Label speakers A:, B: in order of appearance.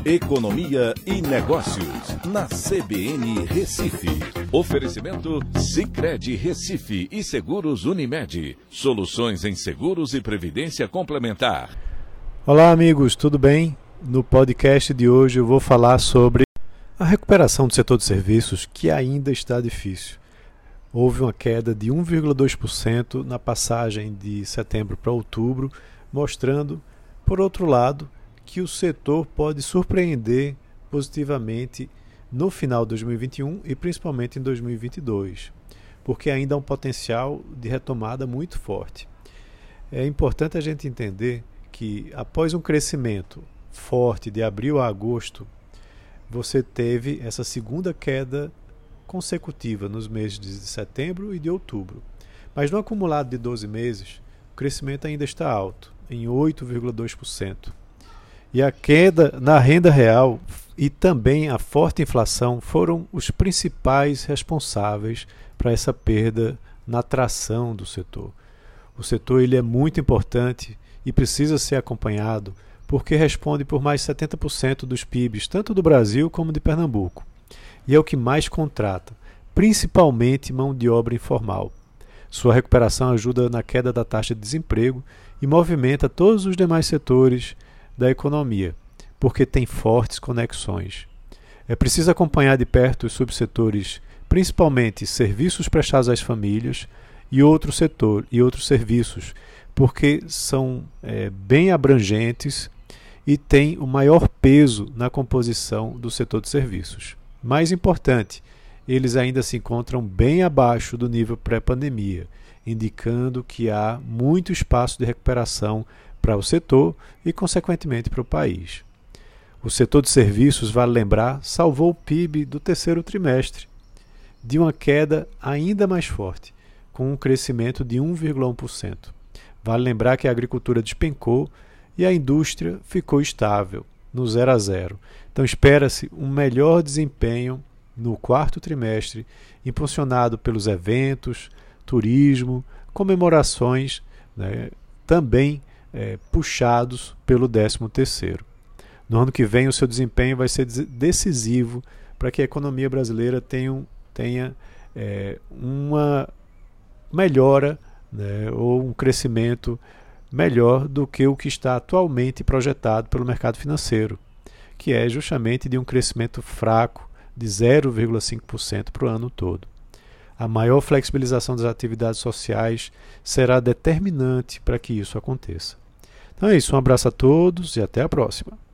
A: Economia e Negócios, na CBN Recife. Oferecimento Sicredi Recife e Seguros Unimed. Soluções em seguros e previdência complementar.
B: Olá amigos, tudo bem? No podcast de hoje eu vou falar sobre a recuperação do setor de serviços, que ainda está difícil. Houve uma queda de 1,2% na passagem de setembro para outubro, mostrando, por outro lado, que o setor pode surpreender positivamente no final de 2021 e principalmente em 2022, porque ainda há um potencial de retomada muito forte. É importante a gente entender que após um crescimento forte de abril a agosto, você teve essa segunda queda consecutiva nos meses de setembro e de outubro. Mas no acumulado de 12 meses, o crescimento ainda está alto, em 8,2%. E a queda na renda real e também a forte inflação foram os principais responsáveis para essa perda na tração do setor. O setor ele é muito importante e precisa ser acompanhado porque responde por mais 70% dos PIBs, tanto do Brasil como de Pernambuco. E é o que mais contrata, principalmente mão de obra informal. Sua recuperação ajuda na queda da taxa de desemprego e movimenta todos os demais setores da economia, porque tem fortes conexões. É preciso acompanhar de perto os subsetores, principalmente serviços prestados às famílias e outros serviços, porque são bem abrangentes e têm o maior peso na composição do setor de serviços. Mais importante, eles ainda se encontram bem abaixo do nível pré-pandemia, indicando que há muito espaço de recuperação para o setor e, consequentemente, para o país. O setor de serviços, vale lembrar, salvou o PIB do terceiro trimestre, de uma queda ainda mais forte, com um crescimento de 1,1%. Vale lembrar que a agricultura despencou e a indústria ficou estável, no 0 a 0. Então espera-se um melhor desempenho no quarto trimestre, impulsionado pelos eventos, turismo, comemorações, também puxados pelo 13º. No ano que vem o seu desempenho vai ser decisivo para que a economia brasileira tenha uma melhora, ou um crescimento melhor do que o que está atualmente projetado pelo mercado financeiro, que é justamente de um crescimento fraco de 0,5% para o ano todo. A maior flexibilização das atividades sociais será determinante para que isso aconteça. Então é isso, um abraço a todos e até a próxima.